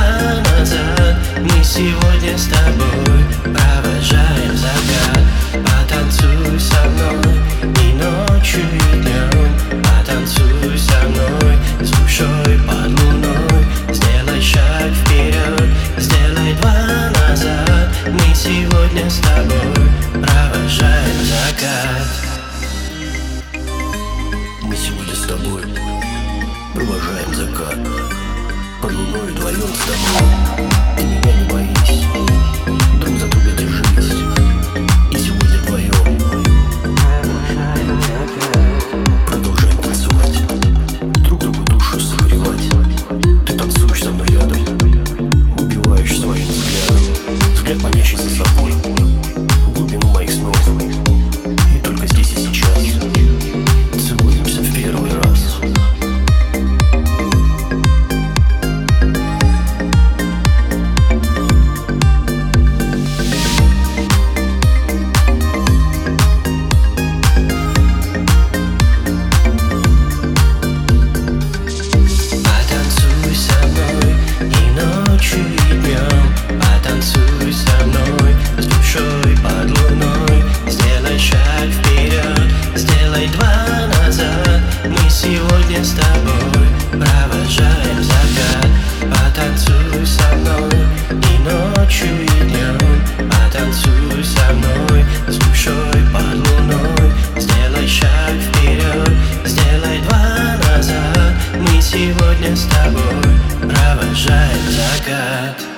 назад. Мы сегодня с тобой провожаем закат. Потанцуй со мной и ночью, и днем. Потанцуй со мной с душой под луной. Сделай шаг вперед, сделай два назад. Мы сегодня с тобой провожаем закат. Мы сегодня с тобой провожаем закат. Под луной вдвоем с тобой. Ты меня не боись, друг за друга держись. И сегодня вдвоем продолжаем танцевать, друг другу душу согревать. Ты танцуешь со мной рядом, убиваешь своим взглядом. Взгляд, манящий за собой, в глубину моих снов. И только здесь и сейчас целуемся в первый раз. Потанцуй со мной с душой под луной. Сделай шаг вперед, сделай два назад. Мы сегодня с тобой провожаем закат. Потанцуй со мной и ночью, и днем. Потанцуй со мной с душой под луной. Сделай шаг вперед, сделай два назад. Мы сегодня с тобой провожаем закат.